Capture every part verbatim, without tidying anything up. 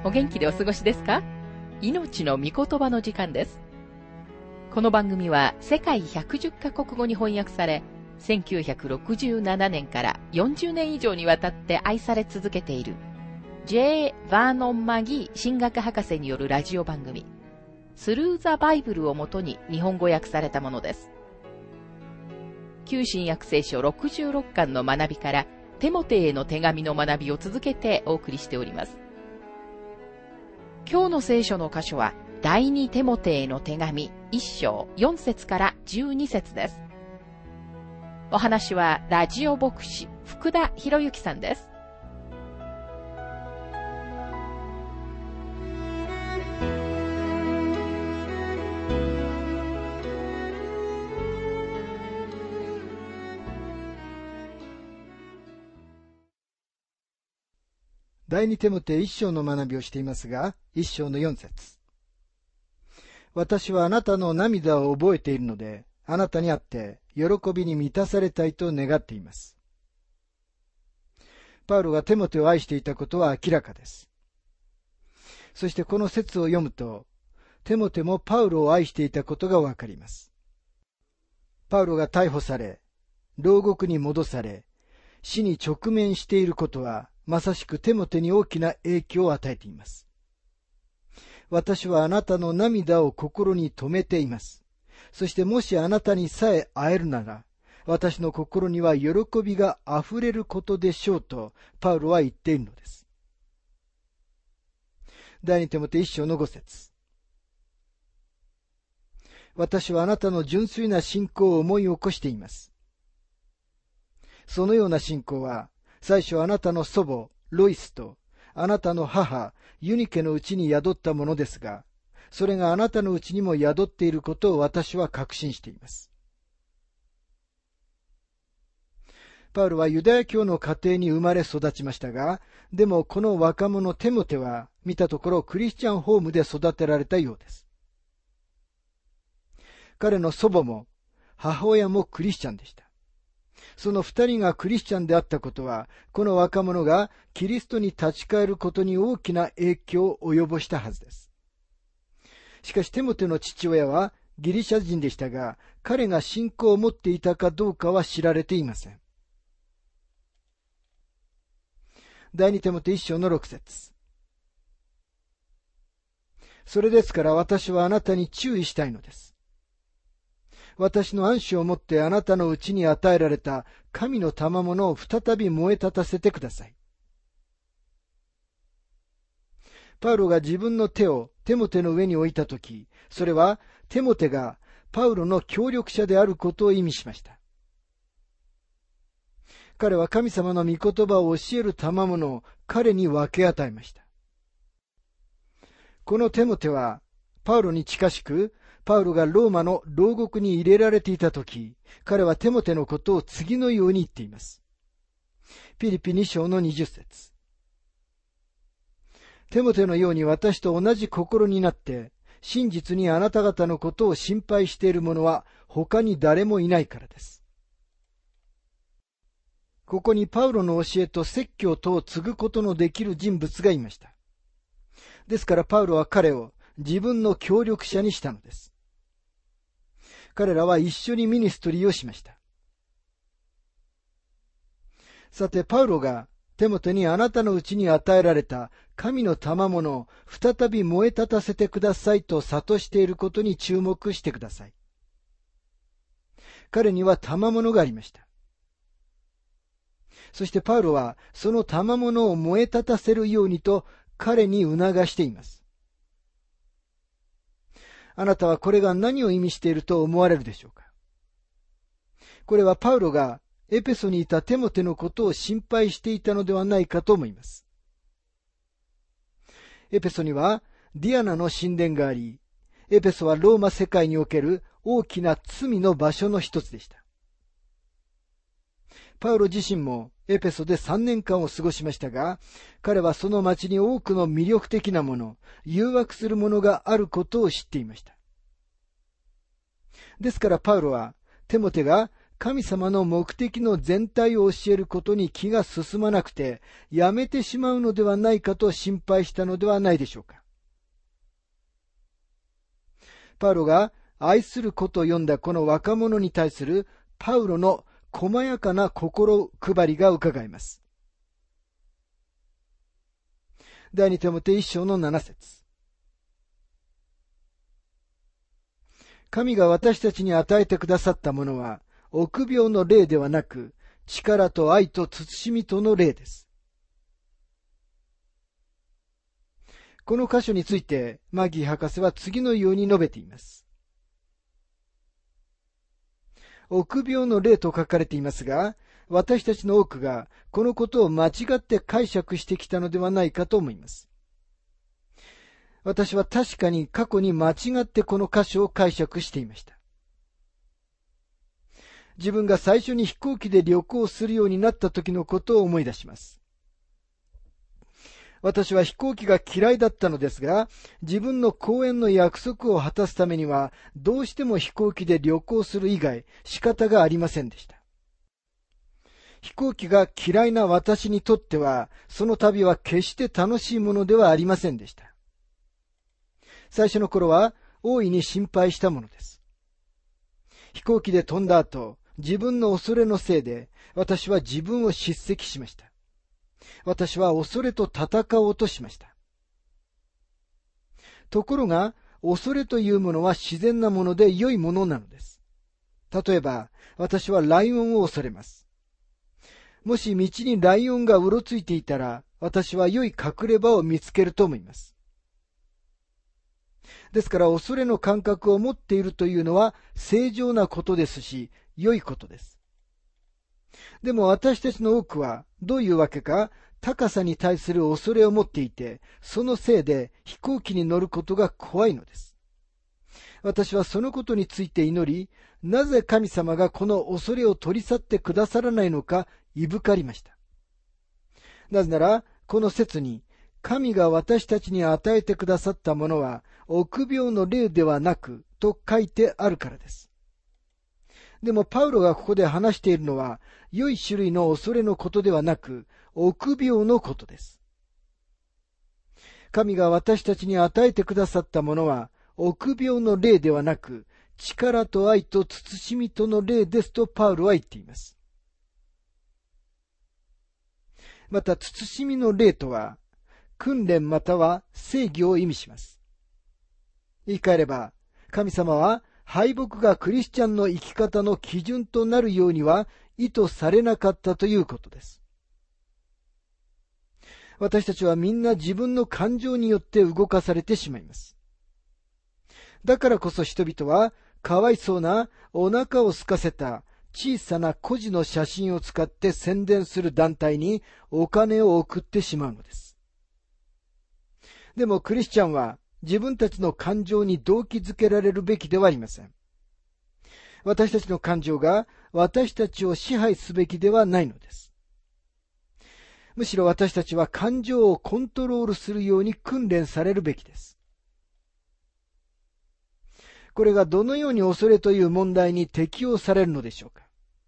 お元気でお過ごしですか？命の御言葉の時間です。この番組は世界ひゃくじゅっカ国語に翻訳され、せんきゅうひゃくろくじゅうななねんからよんじゅうねん以上にわたって愛され続けている ジェイ バーノン・マギー神学博士によるラジオ番組スルー・ザ・バイブルをもとに日本語訳されたものです。旧新約聖書ろくじゅうろっかんの学びからテモテへの手紙の学びを続けてお送りしております。今日の聖書の箇所は第二テモテへの手紙いっ章よん節からじゅうに節です。お話はラジオ牧師福田博之さんです。 第二テモテ一章の学びをしていますが、一章の四節。私はあなたの涙を覚えているので、あなたに会って喜びに満たされたいと願っています。パウロがテモテを愛していたことは明らかです。そしてこの節を読むと、テモテもパウロを愛していたことがわかります。パウロが逮捕され、牢獄に戻され、死に直面していることは、まさしくテモテに大きな影響を与えています。私はあなたの涙を心に留めています。そしてもしあなたにさえ会えるなら、私の心には喜びがあふれることでしょうと、パウロは言っているのです。第二テモテ一章の五節。私はあなたの純粋な信仰を思い起こしています。そのような信仰は、最初あなたの祖母、ロイスと、あなたの母、ユニケのうちに宿ったものですが、それがあなたのうちにも宿っていることを私は確信しています。パウロはユダヤ教の家庭に生まれ育ちましたが、でもこの若者テモテは、見たところクリスチャンホームで育てられたようです。彼の祖母も、母親もクリスチャンでした。その二人がクリスチャンであったことは、この若者がキリストに立ち返ることに大きな影響を及ぼしたはずです。しかしテモテの父親はギリシャ人でしたが、彼が信仰を持っていたかどうかは知られていません。第二テモテ一章の六節。それですから私はあなたに注意したいのです。私の暗視をもってあなたのうちに与えられた神の賜物を再び燃え立たせてください。パウロが自分の手をテモテの上に置いたとき、それはテモテがパウロの協力者であることを意味しました。彼は神様の御言葉を教える賜物を彼に分け与えました。このテモテはパウロに近しく、パウロがローマの牢獄に入れられていたとき、彼はテモテのことを次のように言っています。ピリピに章のにじゅっ節。テモテのように私と同じ心になって、真実にあなた方のことを心配している者は他に誰もいないからです。ここにパウロの教えと説教とを継ぐことのできる人物がいました。ですからパウロは彼を自分の協力者にしたのです。彼らは一緒にミニストリーをしました。さて、パウロがテモテにあなたのうちに与えられた神の賜物を再び燃え立たせてくださいと諭していることに注目してください。彼には賜物がありました。そしてパウロはその賜物を燃え立たせるようにと彼に促しています。あなたはこれが何を意味していると思われるでしょうか。これはパウロがエペソにいたテモテのことを心配していたのではないかと思います。エペソにはディアナの神殿があり、エペソはローマ世界における大きな罪の場所の一つでした。パウロ自身もエペソでさんねんかんを過ごしましたが、彼はその町に多くの魅力的なもの、誘惑するものがあることを知っていました。ですからパウロはテモテが神様の目的の全体を教えることに気が進まなくて、やめてしまうのではないかと心配したのではないでしょうか。パウロが愛する子と呼んだこの若者に対するパウロの細やかな心配りが伺えます。第二テモテ一章の七節。神が私たちに与えてくださったものは、臆病の霊ではなく、力と愛と慎みとの霊です。この箇所について、マギー博士は次のように述べています。臆病の霊と書かれていますが、私たちの多くがこのことを間違って解釈してきたのではないかと思います。私は確かに過去に間違ってこの箇所を解釈していました。自分が最初に飛行機で旅行するようになった時のことを思い出します。私は飛行機が嫌いだったのですが、自分の講演の約束を果たすためには、どうしても飛行機で旅行する以外、仕方がありませんでした。飛行機が嫌いな私にとっては、その旅は決して楽しいものではありませんでした。最初の頃は、大いに心配したものです。飛行機で飛んだ後、自分の恐れのせいで、私は自分を叱責しました。私は恐れと戦おうとしました。ところが、恐れというものは自然なもので良いものなのです。例えば、私はライオンを恐れます。もし道にライオンがうろついていたら、私は良い隠れ場を見つけると思います。ですから、恐れの感覚を持っているというのは正常なことですし、良いことです。でも私たちの多くはどういうわけか高さに対する恐れを持っていて、そのせいで飛行機に乗ることが怖いのです。私はそのことについて祈り、なぜ神様がこの恐れを取り去ってくださらないのかいぶかりました。なぜならこの説に、神が私たちに与えてくださったものは臆病の霊ではなくと書いてあるからです。でもパウロがここで話しているのは、良い種類の恐れのことではなく、臆病のことです。神が私たちに与えてくださったものは、臆病の霊ではなく、力と愛と慎みとの霊ですとパウロは言っています。また、慎みの霊とは、訓練または制御を意味します。言い換えれば、神様は、敗北がクリスチャンの生き方の基準となるようには意図されなかったということです。私たちはみんな自分の感情によって動かされてしまいます。だからこそ人々はかわいそうなお腹を空かせた小さな孤児の写真を使って宣伝する団体にお金を送ってしまうのです。でもクリスチャンは自分たちの感情に動機づけられるべきではありません。私たちの感情が私たちを支配すべきではないのです。むしろ私たちは感情をコントロールするように訓練されるべきです。これがどのように恐れという問題に適用されるのでしょうか。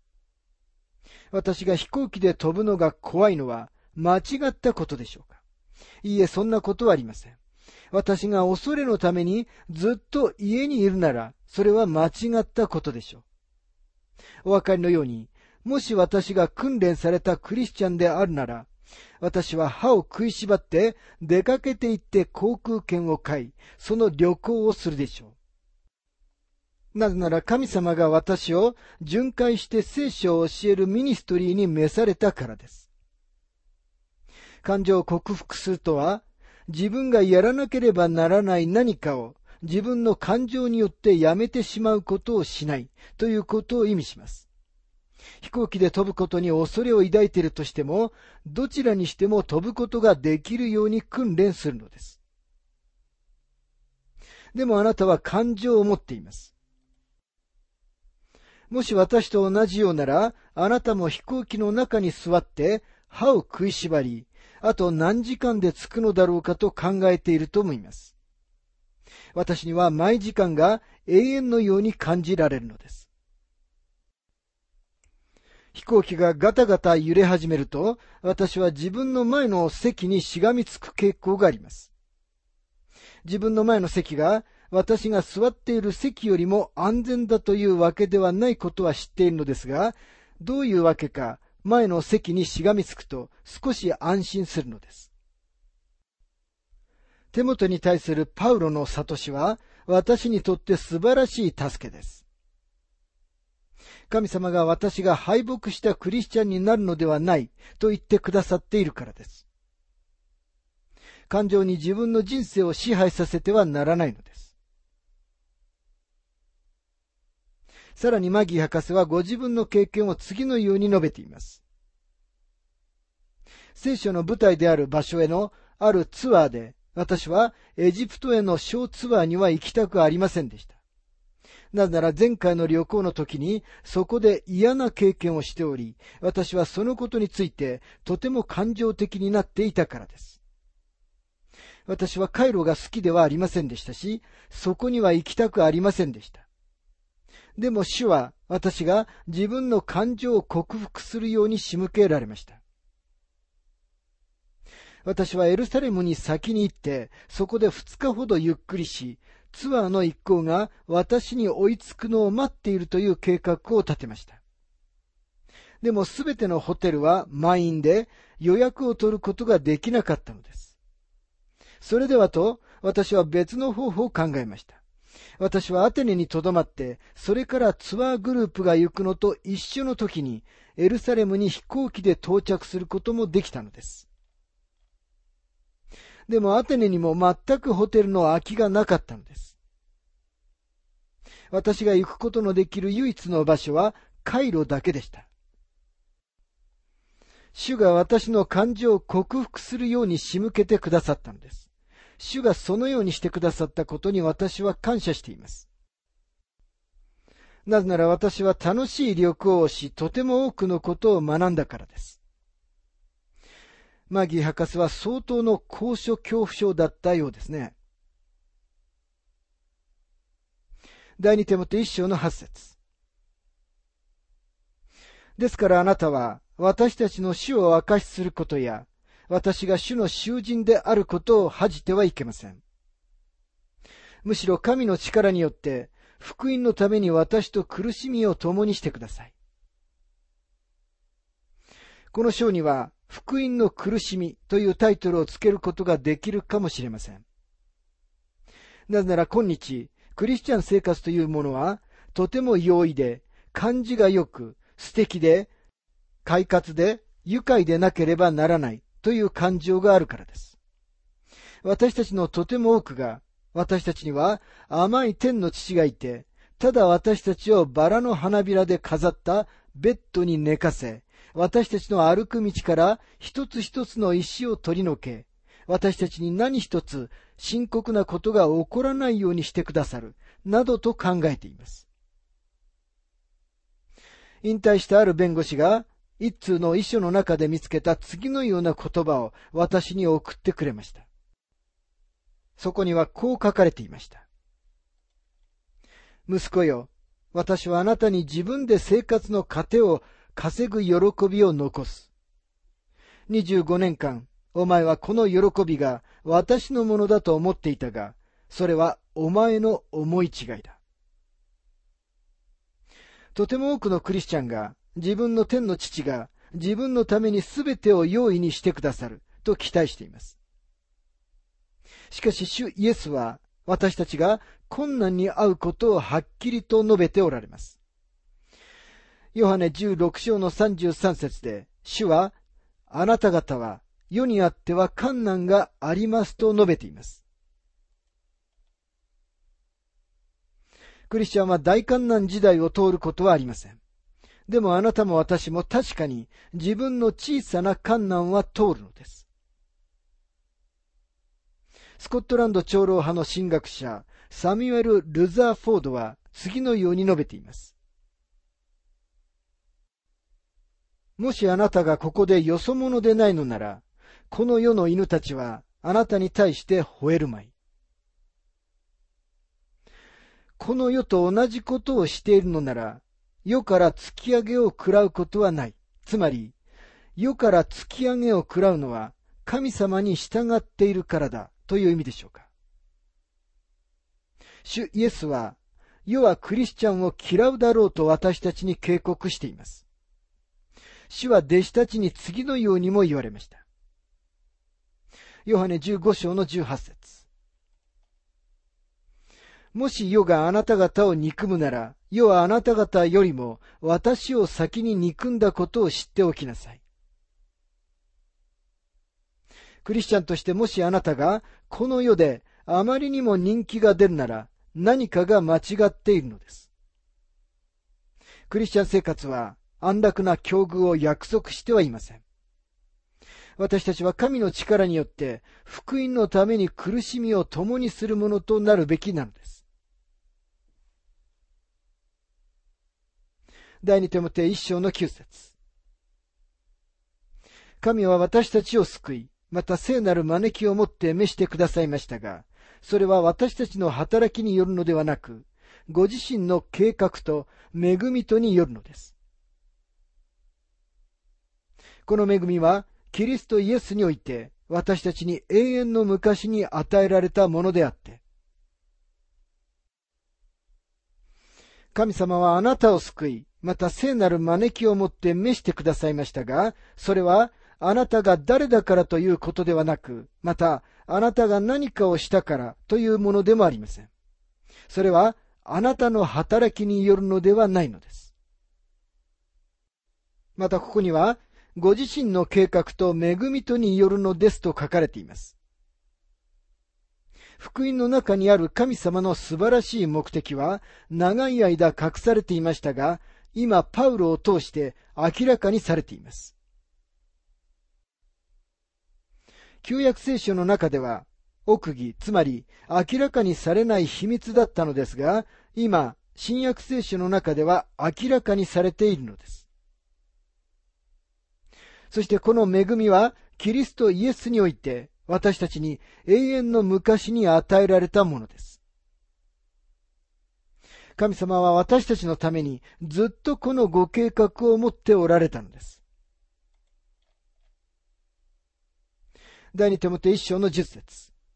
私が飛行機で飛ぶのが怖いのは間違ったことでしょうか。いいえ、そんなことはありません。私が恐れのためにずっと家にいるなら、それは間違ったことでしょう。お分かりのように、もし私が訓練されたクリスチャンであるなら、私は歯を食いしばって出かけて行って航空券を買い、その旅行をするでしょう。なぜなら神様が私を巡回して聖書を教えるミニストリーに召されたからです。感情を克服するとは、自分がやらなければならない何かを自分の感情によってやめてしまうことをしないということを意味します。飛行機で飛ぶことに恐れを抱いているとしても、どちらにしても飛ぶことができるように訓練するのです。でもあなたは感情を持っています。もし私と同じようなら、あなたも飛行機の中に座って歯を食いしばり、あと何時間で着くのだろうかと考えていると思います。私には毎時間が永遠のように感じられるのです。 飛行機がガタガタ揺れ始めると、私は自分の前の席にしがみつく傾向があります。自分の前の席が私が座っている席よりも安全だというわけではないことは知っているのですが、どういうわけか前の席にしがみつくと少し安心するのです。テモテに対するパウロの諭しは私にとって素晴らしい助けです。神様が私が敗北したクリスチャンになるのではないと言ってくださっているからです。感情に自分の人生を支配させてはならないのです。さらにマギー博士はご自分の経験を次のように述べています。聖書の舞台である場所へのあるツアーで、私はエジプトへの小ツアーには行きたくありませんでした。なぜなら前回の旅行の時にそこで嫌な経験をしており、私はそのことについてとても感情的になっていたからです。私はカイロが好きではありませんでしたし、そこには行きたくありませんでした。でも主は私が自分の感情を克服するように仕向けられました。私はエルサレムに先に行って、そこで二日ほどゆっくりし、ツアーの一行が私に追いつくのを待っているという計画を立てました。でもすべてのホテルは満員で予約を取ることができなかったのです。それではと、私は別の方法を考えました。私はアテネに留まって、それからツアーグループが行くのと一緒の時に、エルサレムに飛行機で到着することもできたのです。でもアテネにも全くホテルの空きがなかったのです。私が行くことのできる唯一の場所はカイロだけでした。主が私の感情を克服するように仕向けてくださったのです。主がそのようにしてくださったことに私は感謝しています。なぜなら私は楽しい旅行をし、とても多くのことを学んだからです。マギー博士は相当の高所恐怖症だったようですね。第二テモテ一章の八節。ですからあなたは私たちの主を証しすることや、私が主の囚人であることを恥じてはいけません。むしろ神の力によって福音のために私と苦しみを共にしてください。この章には福音の苦しみというタイトルをつけることができるかもしれません。なぜなら今日、クリスチャン生活というものはとても容易で、感じがよく、素敵で、快活で、愉快でなければならないという感情があるからです。私たちのとても多くが、私たちには甘い天の父がいて、ただ私たちをバラの花びらで飾ったベッドに寝かせ、私たちの歩く道から一つ一つの石を取り除け、私たちに何一つ深刻なことが起こらないようにしてくださる、などと考えています。引退したある弁護士が、一通の遺書の中で見つけた次のような言葉を私に送ってくれました。そこにはこう書かれていました。息子よ、私はあなたに自分で生活の糧を稼ぐ喜びを残す。にじゅうごねんかん、お前はこの喜びが私のものだと思っていたが、それはお前の思い違いだ。とても多くのクリスチャンが、自分の天の父が自分のためにすべてを用意にしてくださると期待しています。しかし主イエスは私たちが困難に遭うことをはっきりと述べておられます。ヨハネじゅうろく章のさんじゅうさん節で、主はあなた方は世にあっては困難がありますと述べています。クリスチャンは大困難時代を通ることはありません。でもあなたも私も確かに自分の小さな困難は通るのです。スコットランド長老派の神学者サミュエル・ルザーフォードは次のように述べています。もしあなたがここでよそ者でないのなら、この世の犬たちはあなたに対して吠えるまい。この世と同じことをしているのなら、 世から突き上げを食らうことはない。つまり、世から突き上げを食らうのは神様に従っているからだという意味でしょうか。主イエスは、世はクリスチャンを嫌うだろうと私たちに警告しています。主は弟子たちに次のようにも言われました。ヨハネじゅうご章のじゅうはち節。もし世があなた方を憎むなら、世はあなた方よりも私を先に憎んだことを知っておきなさい。クリスチャンとしてもしあなたがこの世であまりにも人気が出るなら何かが間違っているのです。クリスチャン生活は安楽な境遇を約束してはいません。私たちは神の力によって福音のために苦しみを共にするものとなるべきなのです。第二テモテ一章の九節。神は私たちを救い、また聖なる招きをもって召してくださいましたが、それは私たちの働きによるのではなく、ご自身の計画と恵みとによるのです。この恵みは、キリストイエスにおいて、私たちに永遠の昔に与えられたものであって、神様はあなたを救い、また聖なる招きをもって召してくださいましたが、それはあなたが誰だからということではなく、またあなたが何かをしたからというものでもありません。それはあなたの働きによるのではないのです。またここには、ご自身の計画と恵みとによるのですと書かれています。福音の中にある神様の素晴らしい目的は長い間隠されていましたが、今パウロを通して明らかにされています。旧約聖書の中では奥義、つまり明らかにされない秘密だったのですが、今新約聖書の中では明らかにされているのです。そしてこの恵みはキリストイエスにおいて私たちに永遠の昔に与えられたものです。神様は私たちのためにずっとこのご計画を持っておられたのです。第二テモテ一章の十節。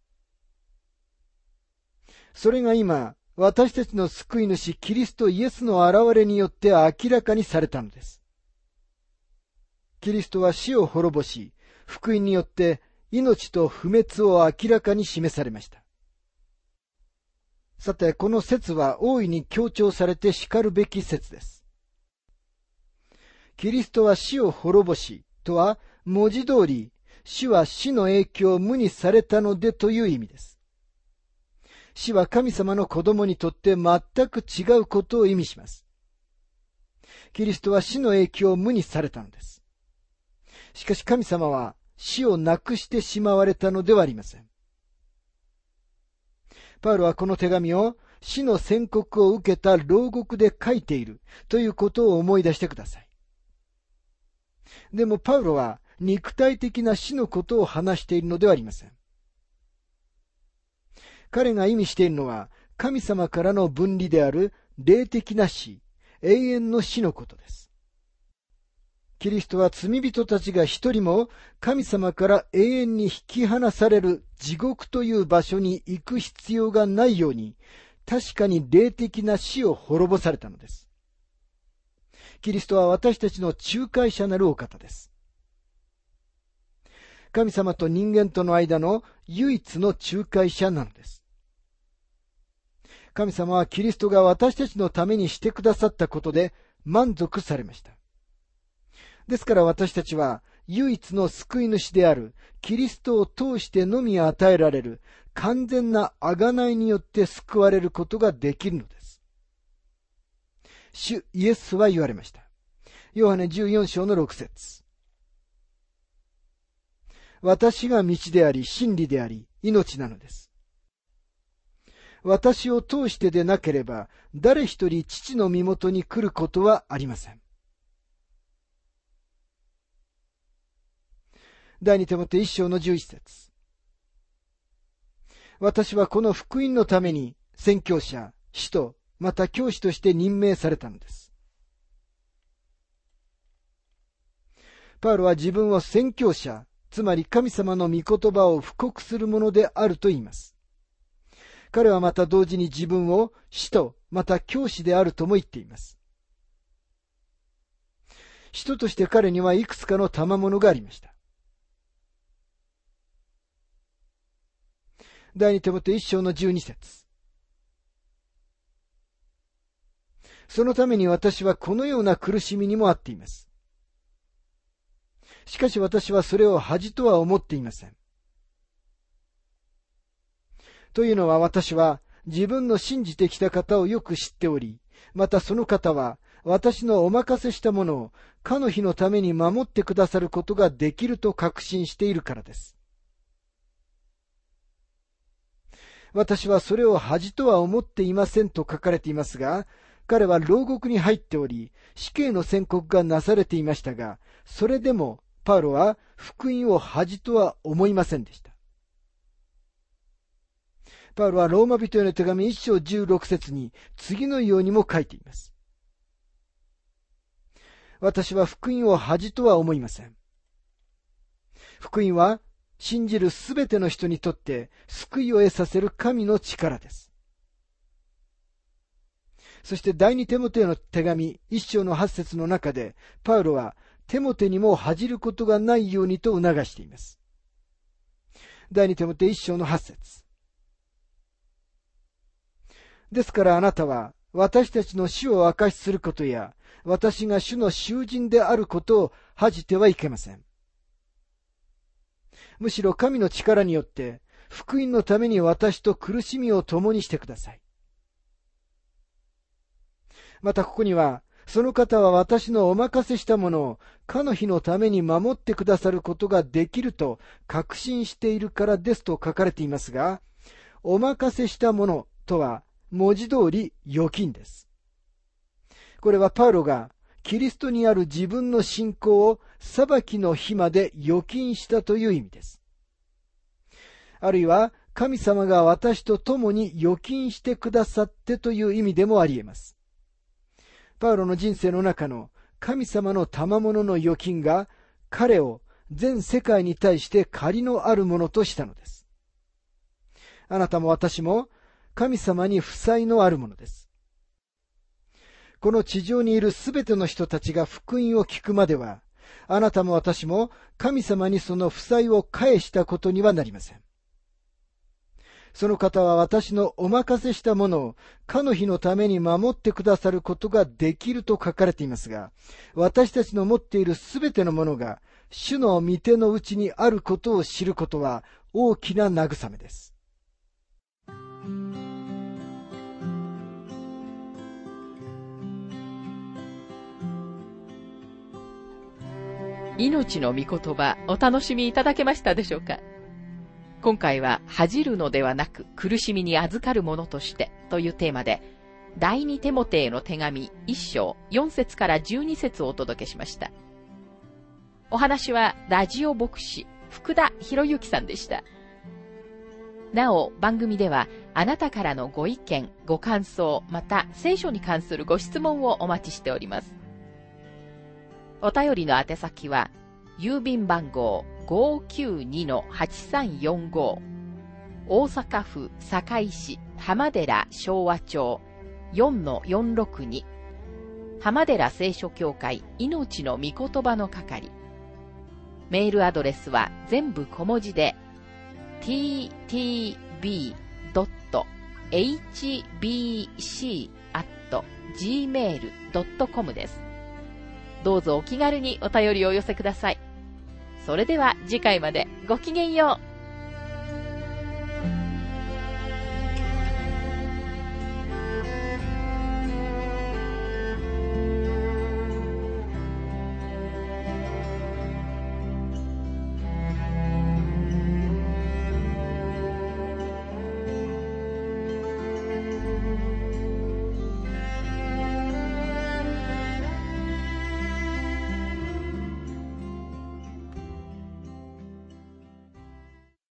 それが今、私たちの救い主キリストイエスの現れによって明らかにされたのです。キリストは死を滅ぼし、福音によって命と不滅を明らかに示されました。さて、この説は大いに強調されて叱るべき説です。キリストは死を滅ぼしとは、文字通り、死は死の影響を無にされたのでという意味です。死は神様の子供にとって全く違うことを意味します。キリストは死の影響を無にされたのです。しかし神様は死をなくしてしまわれたのではありません。パウロはこの手紙を死の宣告を受けた牢獄で書いているということを思い出してください。でもパウロは肉体的な死のことを話しているのではありません。彼が意味しているのは神様からの分離である霊的な死、永遠の死のことです。キリストは罪人たちが一人も神様から永遠に引き離される地獄という場所に行く必要がないように、確かに霊的な死を滅ぼされたのです。キリストは私たちの仲介者なるお方です。神様と人間との間の唯一の仲介者なのです。神様はキリストが私たちのためにしてくださったことで満足されました。ですから私たちは唯一の救い主であるキリストを通してのみ与えられる完全な贖いによって救われることができるのです。主イエスは言われました。ヨハネじゅうよん章のろく節。私が道であり真理であり命なのです。私を通してでなければ誰一人父の身元に来ることはありません。第二テモテ一章の十一節。私はこの福音のために宣教者、使徒、また教師として任命されたのです。 パウロは自分を宣教者、つまり神様の御言葉を布告するものであると言います。彼はまた同時に自分を使徒、また教師であるとも言っています。使徒として彼にはいくつかの賜物がありました。第二テモテ一章の十二節。そのために私はこのような苦しみにもあっています。しかし私はそれを恥とは思っていません。というのは私は自分の信じてきた方をよく知っており、またその方は私のお任せしたものをかの日のために守ってくださることができると確信しているからです。私はそれを恥とは思っていませんと書かれていますが、彼は牢獄に入っており、死刑の宣告がなされていましたが、それでもパウロは福音を恥とは思いませんでした。パウロはローマ人への手紙一章十六節に次のようにも書いています。私は福音を恥とは思いません。福音は信じるすべての人にとって救いを得させる神の力です。そして第二テモテへの手紙一章の八節の中で、パウロはテモテにも恥じることがないようにと促しています。第二テモテ一章の八節。ですからあなたは私たちの死を証しすることや、私が主の囚人であることを恥じてはいけません。むしろ神の力によって福音のために私と苦しみを共にしてください。またここには、その方は私のお任せしたものをかの日のために守ってくださることができると確信しているからですと書かれていますが、お任せしたものとは文字通り預金です。これはパウロがキリストにある自分の信仰を裁きの日まで預金したという意味です。あるいは神様が私と共に預金してくださってという意味でもあり得ます。パウロの人生の中の神様の賜物の預金が彼を全世界に対して借りのあるものとしたのです。あなたも私も神様に負債のあるものです。この地上にいるすべての人たちが福音を聞くまでは、あなたも私も神様にその負債を返したことにはなりません。その方は私のお任せしたものをかの日のために守ってくださることができると書かれていますが、私たちの持っているすべてのものが主の御手のうちにあることを知ることは大きな慰めです。 命の御言葉、お楽しみいただけましたでしょうか。今回は恥じるのではなく苦しみに預かるものとしてというテーマで、第二テモテへの手紙一章四節から十二節をお届けしました。お話はラジオ牧師福田博之さんでした。なお番組ではあなたからのご意見、ご感想、また聖書に関するご質問をお待ちしております。お便りの宛先は郵便番号 ごーきゅうにのはちさんよんご 大阪府堺市浜寺昭和町 よんのよんろくに 浜寺聖書協会命の御言葉の係。メールアドレスは全部小文字で ティーティービードットエイチビーシーアットジーメールドットコム です。どうぞお気軽にお便りをお寄せください。それでは次回までごきげんよう。